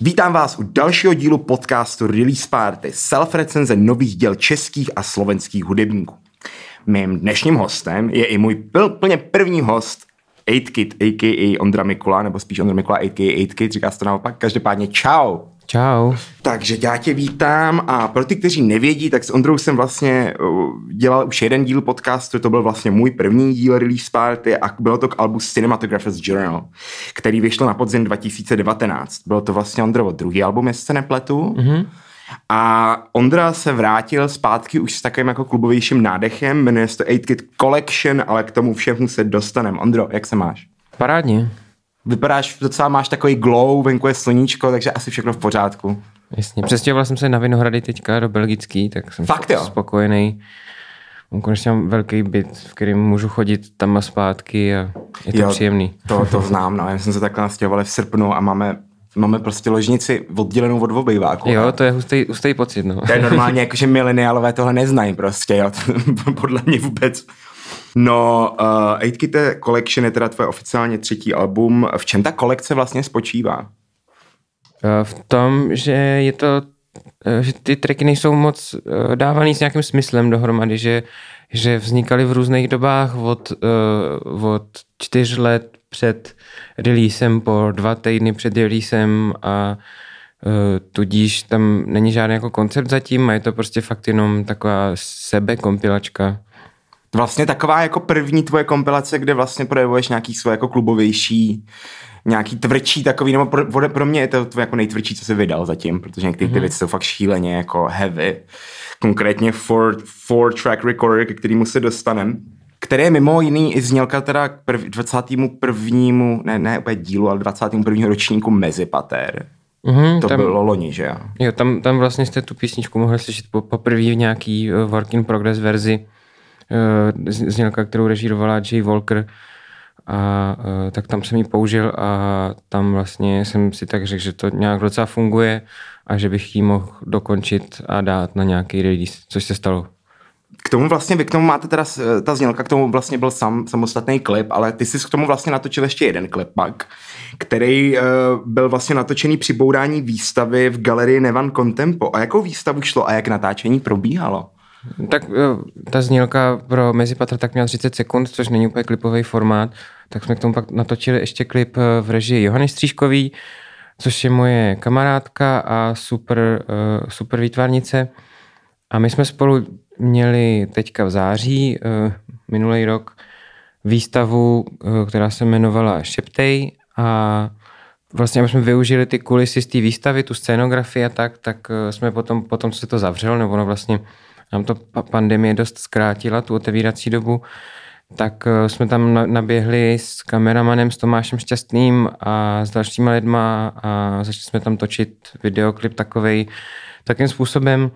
Vítám vás u dalšího dílu podcastu Release Party, self-recenze nových děl českých a slovenských hudebníků. Mým dnešním hostem je i můj plně první host 8Kid, a.k.a. Ondra Mikula, nebo spíš Ondra Mikula, a.k.a. 8Kid, říká se to naopak. Každopádně čau. Čau. Takže já tě vítám a pro ty, kteří nevědí, tak s Ondrou jsem vlastně dělal už jeden díl podcastu, to byl vlastně můj první díl Release Party a bylo to k albu Cinematographer's Journal, který vyšel na podzim 2019. Bylo to vlastně Ondrovo druhý album, jestli se nepletu. Mm-hmm. A Ondra se vrátil zpátky už s takovým jako klubovějším nádechem, jmenuje se to 8Kid Collection, ale k tomu všemu se dostaneme. Ondro, jak se máš? Parádně. Vypadáš, docela máš takový glow, venku je sluníčko, takže asi všechno v pořádku. Jasně, přestěhoval jsem se na Vinohrady teďka do Belgický, tak jsem spokojený. Konečně mám velký byt, v kterém můžu chodit tam a zpátky a je to příjemný. To znám, no. Já jsem se takhle nastěhovali v srpnu a máme prostě ložnici oddělenou od obejváku. Jo, to je hustý pocit, no. To je normálně, jakože mileniálové tohle neznají prostě, jo. Podle mě vůbec. No, 8Kid Collection je teda tvoje oficiálně třetí album. V čem ta kolekce vlastně spočívá? V tom, že že ty tracky nejsou moc dávaný s nějakým smyslem dohromady, že vznikaly v různých dobách od 4 let před releasem po 2 týdny před releasem a tudíž tam není žádný jako koncept zatím a je to prostě fakt jenom taková sebekompilačka. Vlastně taková jako první tvoje kompilace, kde vlastně projevuješ nějaký svoje jako klubovější, nějaký tvrdší takový, nebo pro mě je to jako nejtvrdší, co jsi vydal zatím, protože některé ty věci jsou fakt šíleně jako heavy. Konkrétně four track recorder, ke kterému se dostanem, který je mimo jiný i znělka teda k 21. ne úplně dílu, ale 21. ročníku Mezipater. To tam, bylo loni, že jo? Jo, tam vlastně jste tu písničku mohli slyšet poprvé v nějaký work in progress verzi, znělka, kterou režírovala Jay Walker a tak tam jsem ji použil a tam vlastně jsem si tak řekl, že to nějak docela funguje a že bych ji mohl dokončit a dát na nějaký release, což se stalo. K tomu máte teda ta znělka, k tomu vlastně byl samostatný klip, ale ty jsi k tomu vlastně natočil ještě jeden klip pak, který byl vlastně natočený při bourání výstavy v galerii Nevan Contempo. A jakou výstavu šlo a jak natáčení probíhalo? Tak ta znělka pro Mezipatr tak měla 30 sekund, což není úplně klipový formát, tak jsme k tomu pak natočili ještě klip v režii Johany Střížkový, což je moje kamarádka a super výtvarnice. A my jsme spolu měli teďka v září minulý rok výstavu, která se jmenovala Šeptej a vlastně, aby jsme využili ty kulisy z té výstavy, tu scénografii a tak jsme potom, co se to zavřelo, nebo vlastně nám to pandemie dost zkrátila, tu otevírací dobu, tak jsme tam naběhli s kameramanem, s Tomášem Šťastným a s dalšíma lidma a začali jsme tam točit videoklip takým způsobem.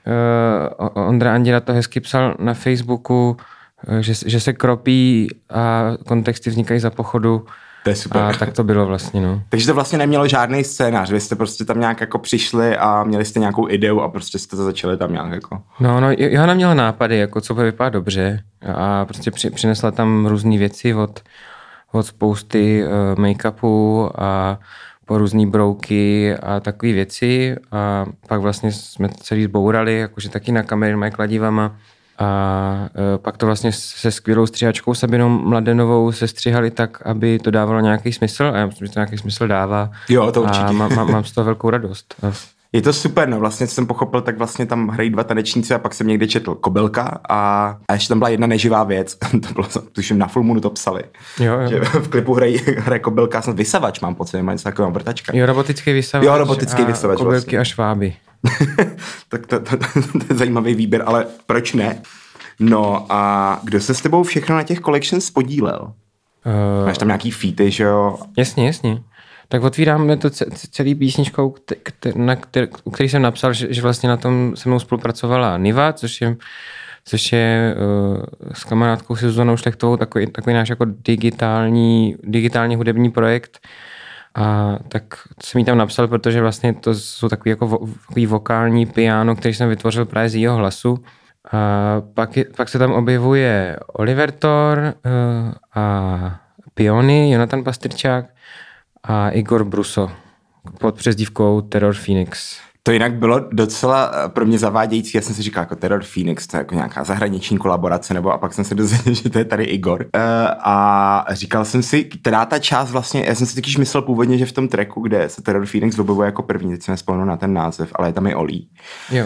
Ondra Anděla to hezky psal na Facebooku, že se kropí a kontexty vznikají za pochodu. To je super. A tak to bylo vlastně, no. Takže to vlastně nemělo žádný scénář, vy jste prostě tam nějak jako přišli a měli jste nějakou ideu a prostě jste to začali tam nějak jako... No, Johana měla nápady, jako co bude vypadat dobře a prostě přinesla tam různý věci od spousty make-upu a po různý brouky a takové věci a pak vlastně jsme celý zbourali, jakože taky na kamery mají kladivama. A pak to vlastně se skvělou střihačkou Sabinou Mladenovou se střihali tak, aby to dávalo nějaký smysl a já myslím, že to nějaký smysl dává. Jo, to určitě. A mám z toho velkou radost. Je to super, no vlastně jsem pochopil, tak vlastně tam hrají 2 tanečníci a pak jsem někde četl Kobylka a ještě tam byla jedna neživá věc, to bylo, tuším na Full Moonu to psali, jo. Že v klipu hraje Kobylka, jsem vysavač mám pocit, má něco takového vrtačka. Jo, robotický vysavač. Jo, robotický vysavač. Kobylky vlastně. a šváby. Tak to je zajímavý výběr, ale proč ne? No a kdo se s tebou všechno na těch collections podílel? Máš tam nějaký featy, že jo? Jasně. Tak otvíráme to celý písničkou, u který jsem napsal, že vlastně na tom se mnou spolupracovala Niva, což je s kamarádkou se Zuzanou Šlechtovou takový náš jako digitální hudební projekt. A tak jsem jí tam napsal, protože vlastně to jsou takový vokální piano, který jsem vytvořil právě z jeho hlasu. A pak se tam objevuje Oliver Thor a Piony, Jonatan Pastyrčák a Igor Bruso, pod přezdívkou Terror Phoenix. To jinak bylo docela pro mě zavádějící, já jsem si říkal jako Terror Phoenix, to je jako nějaká zahraniční kolaborace, nebo a pak jsem se dozvěděl, že to je tady Igor. A říkal jsem si, která ta část vlastně, já jsem si takyž myslel původně, že v tom tracku, kde se Terror Phoenix objevuje jako první, teď jsem nespomněl na ten název, ale je tam i Olí. Jo.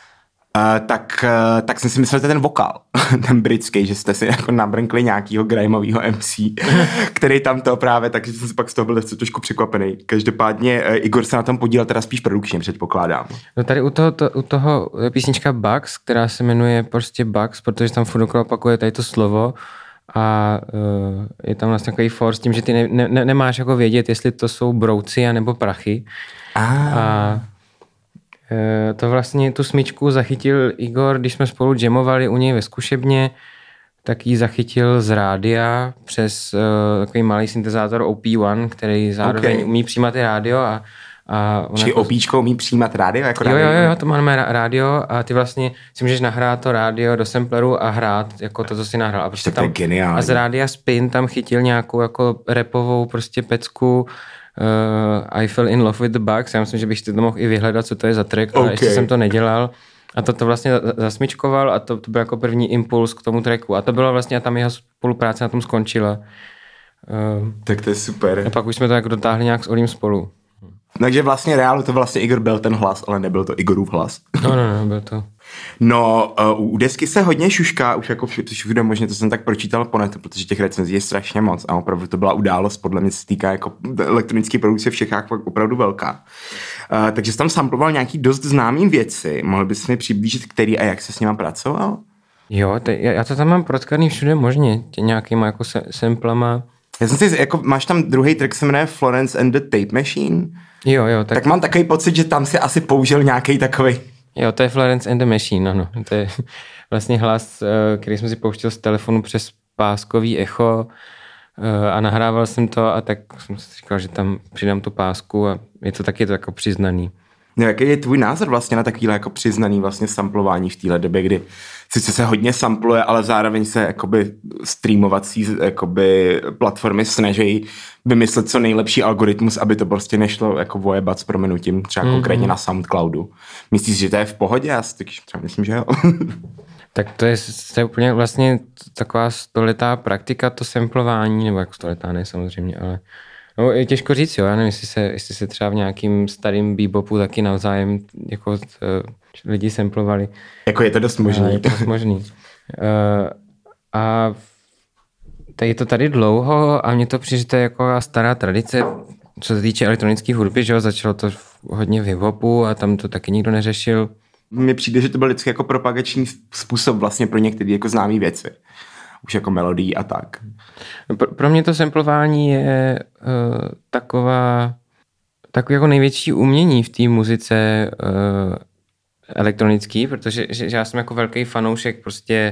Tak jsem si myslel, že to je ten vokál, ten britský, že jste si jako nabrnkli nějakýho grimeovýho MC, který tam to právě, takže jsem si pak z toho byl trošku překvapený. Každopádně Igor se na tom podílel teda spíš produkčně, předpokládám. No tady u toho písnička Bugs, která se jmenuje prostě Bugs, protože tam furt okolo opakuje tady to slovo a je tam vlastně takový force s tím, že ty nemáš jako vědět, jestli to jsou brouci anebo prachy. A to vlastně tu smyčku zachytil Igor, když jsme spolu jamovali u něj ve zkušebně, tak ji zachytil z rádia přes takový malý syntezátor OP1, který zároveň umí přijímat i rádio. Či OPčko umí přijímat rádio? Jako jo, to máme rádio a ty vlastně si můžeš nahrát to rádio do sampleru a hrát jako to, co si nahrál. A prostě tam, a z rádia Spin tam chytil nějakou jako rapovou prostě pecku I fell in love with the Bugs. Já myslím, že bych si to mohl i vyhledat, co to je za track, ale ještě jsem to nedělal. A to vlastně zasmyčkoval a to byl jako první impuls k tomu tracku. A to bylo vlastně, a tam jeho spolupráce na tom skončila. Tak to je super. A pak už jsme to jako dotáhli nějak s Olím spolu. Takže vlastně reálu to vlastně Igor byl ten hlas, ale nebyl to Igorův hlas. No, byl to. No, u desky se hodně šušká, už jako všude možně, to jsem tak pročítal po netu, protože těch recenzí je strašně moc a opravdu to byla událost, podle mě se týká jako elektronické produkce v Čechách opravdu velká. Takže jsi tam samploval nějaký dost známý věci, mohl bys mi přiblížit, který a jak se s nima pracoval? Jo, já to tam mám protkaný všude možně, nějakýma jako samplama. Já jsem si, jako máš tam druhý track, se jmenuje Florence and the Tape Machine. Jo. Tak mám takový pocit, že tam si asi použil nějaký takovej. Jo, to je Florence and the Machine, ano. To je vlastně hlas, který jsem si pouštěl z telefonu přes páskový echo a nahrával jsem to a tak jsem si říkal, že tam přidám tu pásku a je to taky jako přiznaný. No, jaký je tvůj názor vlastně na takovýhle jako přiznaný vlastně samplování v téhle době, kdy sice se hodně sampluje, ale zároveň se jakoby streamovací jakoby platformy snaží vymyslet co nejlepší algoritmus, aby to prostě nešlo jako vojebat s prominutím, třeba konkrétně na Soundcloudu. Myslíš, že to je v pohodě? Já si třeba myslím, že jo. Tak to je úplně vlastně taková stoletá praktika, to samplování, nebo jako stoletá ne samozřejmě, ale no, je těžko říct, jo, já nevím, jestli se třeba v nějakým starým bebopu taky navzájem jako lidi samplovali. Jako je to dost možný. Je to dost možný. A je to tady dlouho a mně to přijde, že to je jako stará tradice, co se týče elektronické hudby, že jo, začalo to hodně v hiphopu a tam to taky nikdo neřešil. Mně přijde, že to byl vždycky jako propagační způsob vlastně pro některé jako známé věci. Už jako melodii a tak. Pro mě to samplování je takový jako největší umění v té muzice elektronický, protože že já jsem jako velký fanoušek prostě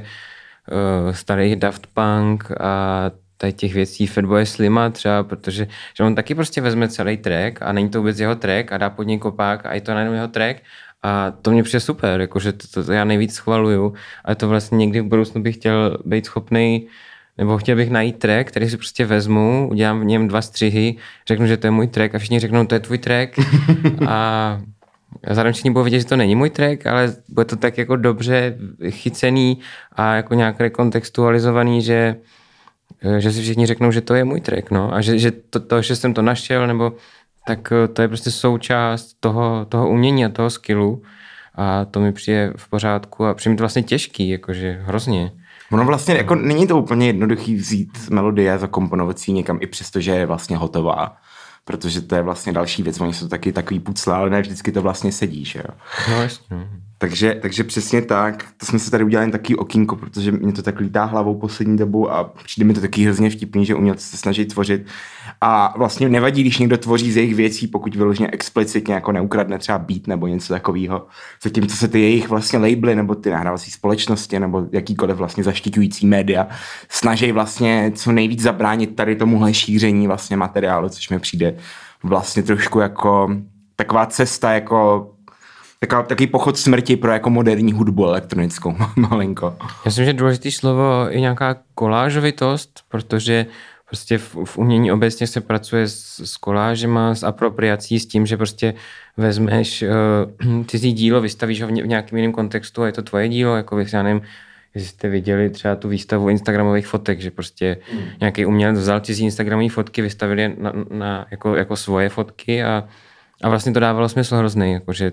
starých Daft Punk a tady těch věcí Fatboy Slima třeba, protože že on taky prostě vezme celý track a není to vůbec jeho track a dá pod něj kopák a je to najednou jeho track a to mě přijde super, jakože to já nejvíc schvaluju, ale to vlastně někdy v budoucnu bych chtěl být schopnej, nebo chtěl bych najít track, který si prostě vezmu, udělám v něm 2 střihy, řeknu, že to je můj track a všichni řeknou, to je tvůj track a zároveň všichni budou vědět, že to není můj track, ale bude to tak jako dobře chycený a jako nějak rekontextualizovaný, že si všichni řeknou, že to je můj track, no, a že že jsem to našel, nebo tak to je prostě součást toho umění a toho skillu a to mi přijde v pořádku a přijde mi to vlastně těžký, jakože hrozně. Ono vlastně jako není to úplně jednoduchý vzít melodie, zakomponovat si někam i přesto, že je vlastně hotová. Protože to je vlastně další věc, oni jsou taky takový pucle, ale ne vždycky to vlastně sedí, že jo. No jasně. Takže přesně tak, to jsme se tady udělali taky okýnko, protože mě to tak lítá hlavou poslední dobu a přijde mi to taky hrozně vtipný, že umělci se snaží tvořit a vlastně nevadí, když někdo tvoří z jejich věcí, pokud vyloženě explicitně jako neukradne třeba beat nebo něco takového. Zatímco se ty jejich vlastně labely nebo ty nahrávací společnosti nebo jakýkoliv vlastně zaštiťující média snaží vlastně co nejvíc zabránit tady tomuhle šíření vlastně materiálu, což mi přijde vlastně trošku jako taková cesta jako takový pochod smrti pro jako moderní hudbu elektronickou, malinko. Já myslím, že důležitý slovo je nějaká kolážovitost, protože prostě v umění obecně se pracuje s kolážema, s apropriací, s tím, že prostě vezmeš cizí dílo, vystavíš ho v nějakém jiném kontextu a je to tvoje dílo, jako já nevím, jestli jste viděli třeba tu výstavu instagramových fotek, že prostě nějaký umělec vzal cizí instagramové fotky, vystavil je jako svoje fotky a vlastně to dávalo smysl hrozný, jakože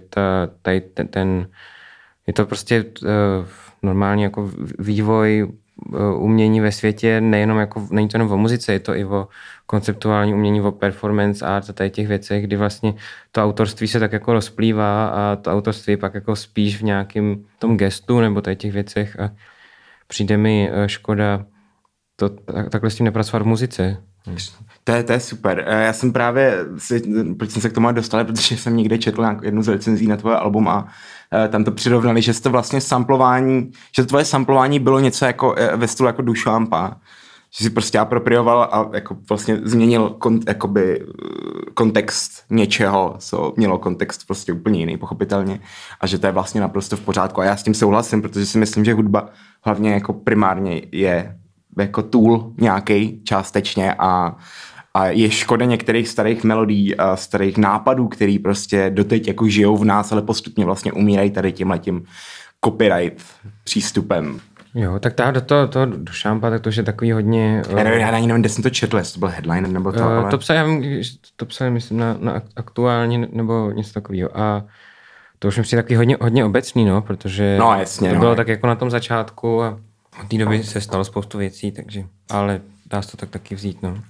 je to prostě normálně jako vývoj umění ve světě, nejenom jako, není to jenom o muzice, je to i o konceptuální umění, o performance art a tady těch věcech, kdy vlastně to autorství se tak jako rozplývá a to autorství pak jako spíš v nějakém tom gestu nebo tady těch věcech a přijde mi škoda takhle s tím nepracovat v muzice. To je super. Já jsem právě, proč jsem se k tomu dostal, protože jsem někde četl jednu z recenzí na tvoje album a tam to přirovnali, že to vlastně samplování, že to tvoje samplování bylo něco jako ve stylu jako Duchampa. Že si prostě aproprioval a jako vlastně změnil kontext něčeho, co mělo kontext prostě úplně jiný, pochopitelně. A že to je vlastně naprosto v pořádku. A já s tím souhlasím, protože si myslím, že hudba hlavně jako primárně je jako tool nějaký částečně a je škoda některých starých melodií a starých nápadů, který prostě doteď jako žijou v nás, ale postupně vlastně umírají tady tímhletím copyright přístupem. Jo, tak do toho Duchampa, tak to je takový hodně... Já ani nevím, kde jsem to četl, jestli to byl headline nebo to, ale... To psali, myslím, na aktuálně nebo něco takového. A to už mi přijde takový hodně obecný, no, protože no, jasně, to bylo tak jako na tom začátku a od té doby se stalo spoustu věcí, takže... Ale dá se to tak taky vzít, no.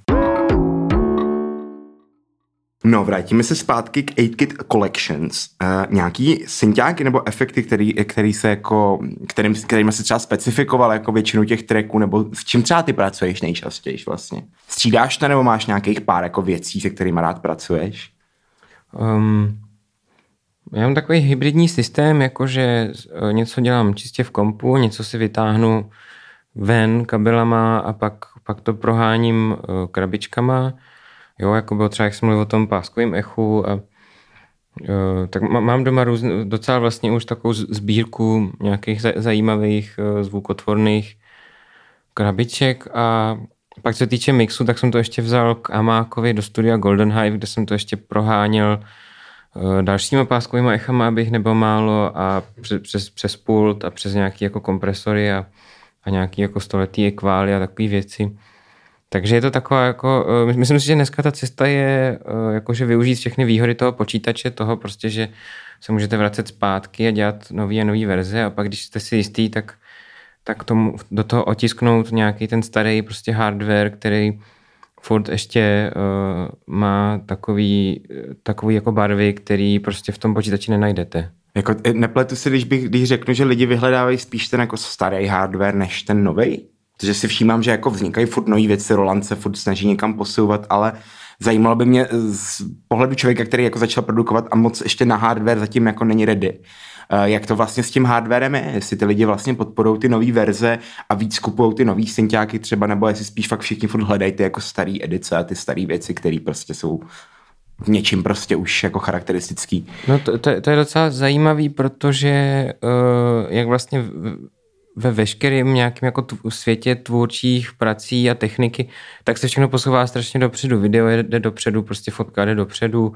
No, vrátíme se zpátky k 8-Kit Collections. Nějaký synťáky nebo efekty, kterými se třeba specifikoval jako většinu těch tracků, nebo s čím třeba ty pracuješ nejčastěji vlastně? Střídáš to, nebo máš nějakých pár jako věcí, se kterými rád pracuješ? Já mám takový hybridní systém, jakože něco dělám čistě v kompu, něco si vytáhnu ven kabelama a pak to proháním krabičkama. Jo, jako bylo třeba, jak jsem mluvil o tom páskovém echu a tak mám doma docela vlastně už takovou sbírku nějakých zajímavých zvukotvorných krabiček a pak co se týče mixu, tak jsem to ještě vzal k Amákovi do studia Golden Hive, kde jsem to ještě proháněl dalšíma páskovýma echama, abych nebyl málo a přes pult a přes nějaký jako kompresory a nějaký jako stoletý ekvály a takové věci. Takže je to taková jako, myslím si, že dneska ta cesta je jakože využít všechny výhody toho počítače, toho prostě, že se můžete vracet zpátky a dělat nový a nový verze a pak, když jste si jistý, tak do toho otisknout nějaký ten starý prostě hardware, který furt ještě má takový jako barvy, který prostě v tom počítači nenajdete. Jako nepletu si, když řeknu, že lidi vyhledávají spíš ten jako starý hardware než ten novej? Protože si všímám, že jako vznikají furt nový věci, Roland se furt snaží někam posouvat, ale zajímalo by mě z pohledu člověka, který jako začal produkovat a moc ještě na hardware zatím jako není ready. Jak to vlastně s tím hardwarem je? Jestli ty lidi vlastně podporují ty nový verze a víc kupují ty nový synťáky třeba, nebo jestli spíš fakt všichni furt hledají ty jako starý edice a ty starý věci, které prostě jsou v něčím prostě už jako charakteristický. No to je docela zajímavý, protože jak vlastně ve veškerém nějakém jako světě tvůrčích prací a techniky, tak se všechno posouvá strašně dopředu. Video jde dopředu, prostě fotka jde dopředu,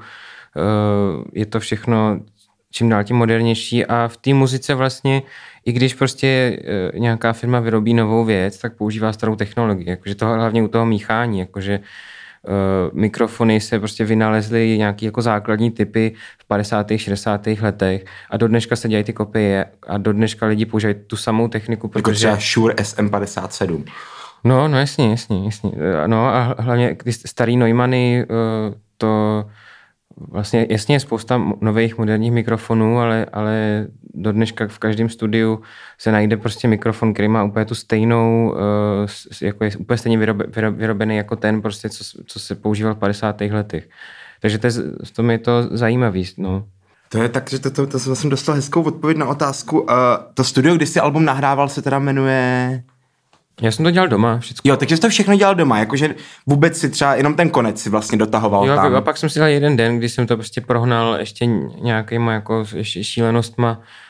je to všechno čím dál tím modernější a v té muzice vlastně, i když prostě nějaká firma vyrobí novou věc, tak používá starou technologii, jakože to hlavně u toho míchání, jakože mikrofony se prostě vynalezly nějaký jako základní typy v 50. 60. letech a do dneška se dělají ty kopie a do dneška lidi používají tu samou techniku, protože... Jako třeba Shure SM57. No jasně. No a hlavně ty starý Neumanny, to vlastně jasně je spousta nových moderních mikrofonů, ale do dneška v každém studiu se najde prostě mikrofon, který má úplně tu stejnou, jako je úplně stejně vyrobený jako ten, prostě, co se používal v 50. letech. Takže v tom je to zajímavý, no. To je tak, že to jsem dostal hezkou odpověď na otázku. To studio, kdy jsi album nahrával, se teda jmenuje... Já jsem to dělal doma, všechno. Jo, takže jsi to všechno dělal doma, jakože vůbec si třeba jenom ten konec si vlastně dotahoval jo, tam. Jo, a pak jsem si dal jeden den, kdy jsem to prostě prohnal ještě nějakýma jako šílenostma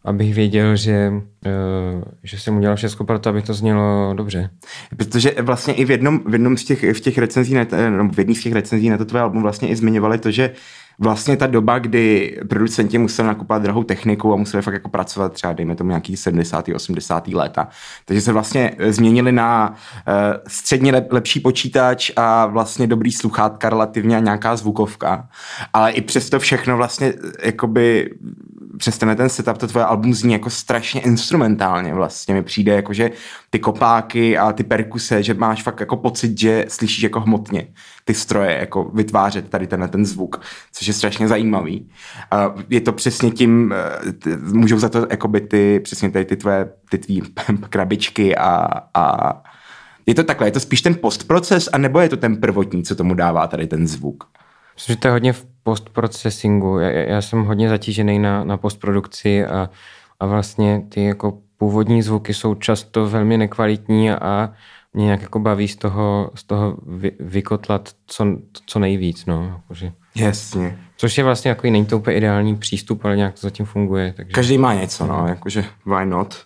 abych věděl, že jsem udělal všechno pro to, aby to znělo dobře. Protože vlastně i v jednom z těch recenzí, v jedných z těch recenzí na to tvoje album vlastně i zmiňovali to, že vlastně ta doba, kdy producenti museli nakupovat drahou techniku a museli fakt jako pracovat třeba, dejme tomu nějaký 70. 80. léta. Takže se vlastně změnili na středně lepší počítač a vlastně dobrý sluchátka relativně a nějaká zvukovka. Ale i přesto všechno vlastně jakoby přes ten setup to tvoje album zní jako strašně instrumentálně vlastně. Mi přijde jako, že ty kopáky a ty perkuse, že máš fakt jako pocit, že slyšíš jako hmotně ty stroje jako vytvářet tady ten zvuk, což je strašně zajímavý. Je to přesně tím, můžou za to jakoby přesně tady ty tvý krabičky a je to takhle, je to spíš ten postproces, anebo je to ten prvotní, co tomu dává tady ten zvuk? Myslím, že to je hodně v postprocesingu. Já jsem hodně zatížený na postprodukci a vlastně ty jako původní zvuky jsou často velmi nekvalitní a mě nějak jako baví z toho vykotlat co nejvíc. No, jakože. Jasně. Což je vlastně jako není to úplně ideální přístup, ale nějak to zatím funguje. Takže. Každý má něco, no, jakože why not?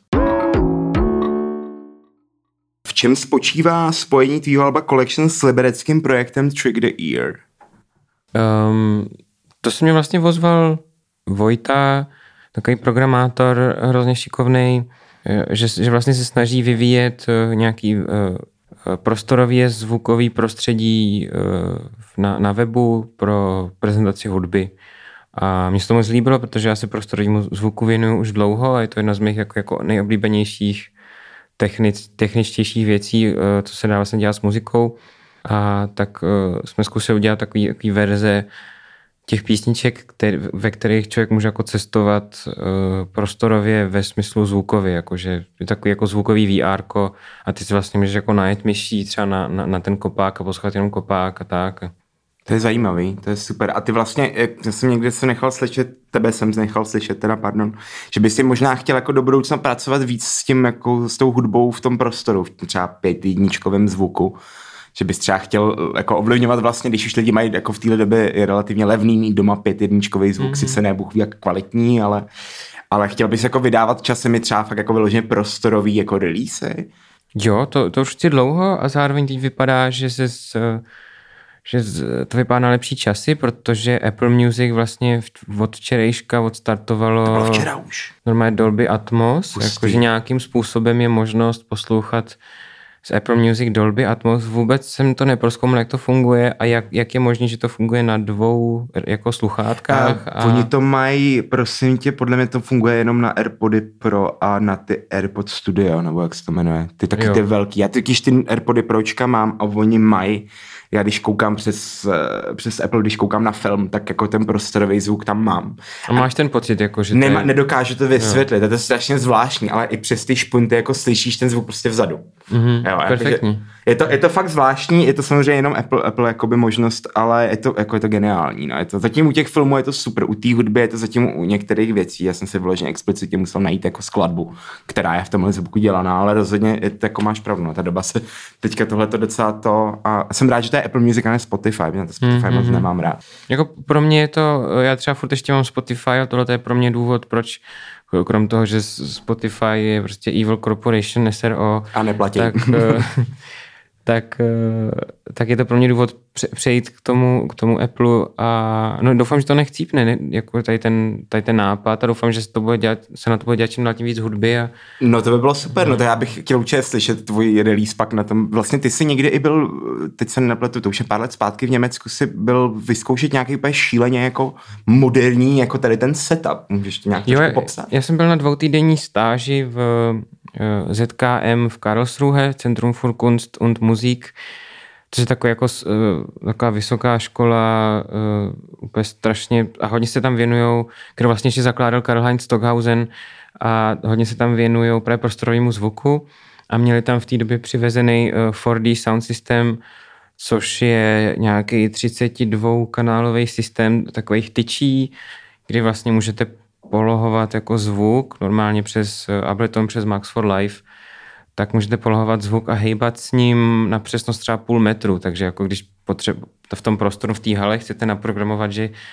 V čem spočívá spojení tvýho alba Collection s libereckým projektem Trick the Ear? To se mě vlastně ozval Vojta, takový programátor hrozně šikovnej, že vlastně se snaží vyvíjet nějaký prostorově zvukový prostředí na webu pro prezentaci hudby. A mě se to moc líbilo, protože já se prostorovému zvuku věnuju už dlouho a je to jedna z mých jako nejoblíbenějších techničtějších věcí, co se dá vlastně dělat s muzikou. A tak jsme zkusili udělat takový verze těch písniček, ve kterých člověk může jako cestovat prostorově ve smyslu zvukově, jakože je takový jako zvukový VR-ko a ty si vlastně můžeš jako najet myší třeba na ten kopák a poslouchat jenom kopák a tak. To je zajímavý, to je super. A ty vlastně, já jsem někde tebe jsem nechal slyšet, že bys si možná chtěl jako do budoucna pracovat víc s tím, jako s tou hudbou v tom prostoru, v třeba 5jedničkovém zvuku. Že bys třeba chtěl jako ovlivňovat vlastně, když už lidi mají jako v téhle době je relativně levný mít doma 5jedničkový zvuk, sice ne Bůh ví jak kvalitní, ale chtěl bys jako vydávat časem i třeba fakt jako vyloženě prostorový jako releasy? Jo, to už chci dlouho a zároveň teď vypadá, že to vypadá na lepší časy, protože Apple Music vlastně od včerejška odstartovalo to bylo včera už. Normálně Dolby Atmos, jakože nějakým způsobem je možnost poslouchat z Apple Music Dolby Atmos. Vůbec jsem to neprozkoumal, jak to funguje a jak je možné, že to funguje na 2 jako sluchátkách. Oni to mají, prosím tě, podle mě to funguje jenom na AirPody Pro a na ty AirPods Studio, nebo jak se to jmenuje. Ty velký. Já totiž ty AirPody Pročka mám a oni mají. Já když koukám přes Apple, když koukám na film, tak jako ten prostorový zvuk tam mám. A máš ten pocit, jako, že nedokážu to vysvětlit, to je strašně zvláštní, ale i přes ty špunty jako slyšíš ten zvuk prostě vzadu. Jo, perfektní. Je to fakt zvláštní, je to samozřejmě jenom Apple jakoby možnost, ale je to geniální. No. Zatím u těch filmů je to super, u té hudby je to zatím u některých věcí. Já jsem si vyloženě explicitně musel najít jako skladbu, která je v tomhle zvuku dělaná, ale rozhodně jako máš pravdu. No. Ta doba se teďka tohleto docela to a jsem rád, že to je Apple Music a ne Spotify, protože na to Spotify moc nemám rád. Jako pro mě je to, já třeba furt ještě mám Spotify a tohle je pro mě důvod, proč krom toho, že Spotify je prostě Evil Corporation, SRO. A neplatí. Tak je to pro mě důvod přejít k tomu Apple a no, doufám, že to nechcípne, jako tady ten nápad a doufám, že se na to bude dělat čím dál tím víc hudby. No to by bylo super, no to já bych chtěl určitě slyšet tvůj release pak na tom. Vlastně ty jsi někdy i byl, teď se nepletu, to už je pár let zpátky v Německu, si byl vyzkoušet nějaký úplně šíleně jako moderní, jako tady ten setup. Můžeš to nějak trošku popsat? Já jsem byl na 2týdenní stáži v ZKM v Karlsruhe, Centrum für Kunst und Musik, což je taková vysoká škola, úplně strašně, a hodně se tam věnujou, kterou vlastně ještě zakládal Karl-Heinz Stockhausen a hodně se tam věnujou právě prostorovému zvuku a měli tam v té době přivezený 4D sound system, což je nějaký 32-kanálový systém takových tyčí, kdy vlastně můžete polohovat jako zvuk, normálně přes Ableton, přes Max for Live, tak můžete polohovat zvuk a hejbat s ním na přesnost třeba 0,5 metru, takže jako když v tom prostoru v té hale chcete naprogramovat, že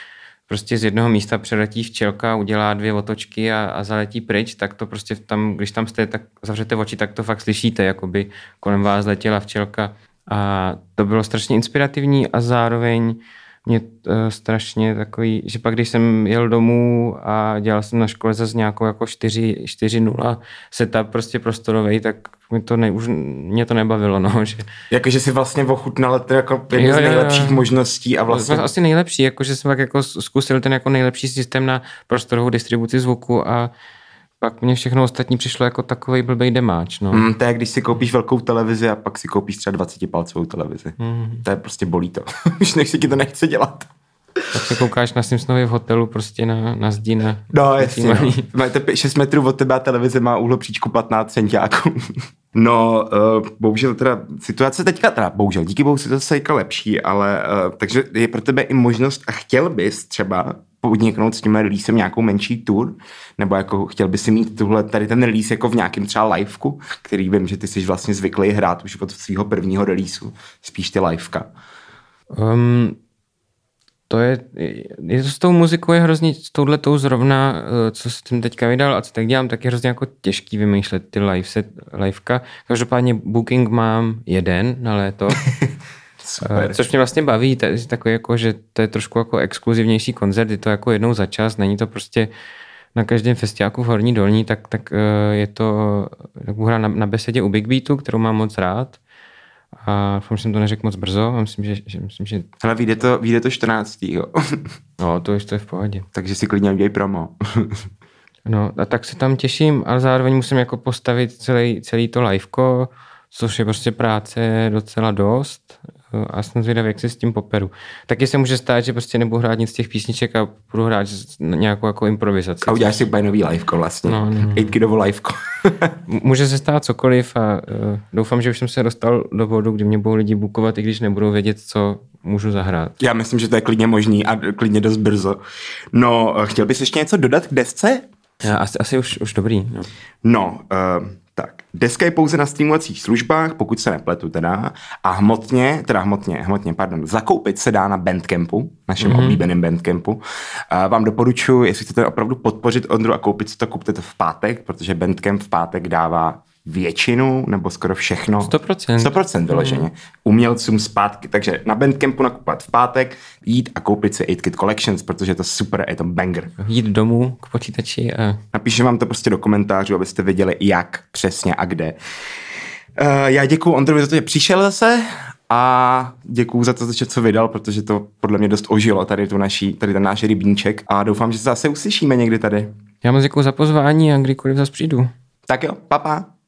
prostě z jednoho místa přeletí včelka, udělá 2 otočky a zaletí pryč, tak to prostě tam, když tam jste, tak zavřete oči, tak to fakt slyšíte, jakoby kolem vás letěla včelka. A to bylo strašně inspirativní a zároveň mě strašně takový, že pak když jsem jel domů a dělal jsem na škole zase nějakou jako 4.0 setup prostě prostorovej, tak mě to nebavilo, no. Že... Jakože si vlastně ochutnal to jako jednu z nejlepších možností a vlastně... Asi nejlepší, jakože jsem tak jako zkusil ten jako nejlepší systém na prostorovou distribuci zvuku a pak mně všechno ostatní přišlo jako takovej blbej demáč, no. To je, když si koupíš velkou televizi a pak si koupíš třeba 20palcovou televizi. To je prostě bolí to. Už než si ti to nechce dělat. Tak se koukáš na Simpsonovi v hotelu prostě na zdi na... No, jasně. No. Máte 6 metrů od tebe a televize má úhlopříčku 15 centiáků. No, bohužel teda situace teďka, bohužel, díky bohu se to teďka lepší, ale takže je pro tebe i možnost a chtěl bys třeba podniknout s tím releasem nějakou menší tour, nebo jako chtěl bys si mít tady ten release jako v nějakém třeba liveku, který vím, že ty jsi vlastně zvyklý hrát už od svého prvního releaseu, spíš ty liveka. To je to s tou muzikou je hrozně, s touhletou zrovna, co jsem teďka vydal a co tak dělám, tak je hrozně jako těžký vymýšlet ty liveka. Každopádně booking mám 1 na léto, což mě vlastně baví, takový jako, že to je trošku jako exkluzivnější koncert, je to jako jednou za čas, není to prostě na každém festiáku v Horní Dolní, tak je to, tak budu hrát na besedě u Big Beatu, kterou mám moc rád. A doufám, že jsem to neřekl moc brzo. Myslím, že... Hele, vyjde to 14. No, to je v pohodě. Takže si klidně udělej promo. No, a tak se tam těším, ale zároveň musím jako postavit celý to liveko, což je prostě práce docela dost a jsem zvědavý, jak se s tím poperu. Taky se může stát, že prostě nebudu hrát nic z těch písniček a budu hrát nějakou jako improvizaci. A uděláš si úplně nový liveko vlastně. No. 8kidovo liveko. Může se stát cokoliv a doufám, že už jsem se dostal do bodu, kdy mě budou lidi bookovat, i když nebudou vědět, co můžu zahrát. Já myslím, že to je klidně možný a klidně dost brzo. No, chtěl bys ještě něco dodat k desce? Asi už dobrý. No, tak. Deska je pouze na streamovacích službách, pokud se nepletu teda, a hmotně, zakoupit se dá na Bandcampu, našem oblíbeném Bandcampu. Vám doporučuji, jestli chcete opravdu podpořit Ondru a koupit si to, kupte to v pátek, protože Bandcamp v pátek dává většinu, nebo skoro všechno. 100% vyloženě. Umělcům zpátky. Takže na Bandcampu nakupovat v pátek, jít a koupit si 8Kid Collections, protože je to super, je to banger. Jít domů k počítači a... Napíšu vám to prostě do komentářů, abyste věděli, jak přesně a kde. Já děkuju Ondrovi za to, že přišel zase a děkuju za to, co vydal, protože to podle mě dost ožilo tady ten náš rybníček a doufám, že se zase uslyšíme někdy tady. Já moc děkuju za pozvání a kdykoliv zase přijdu. Tak jo, pa.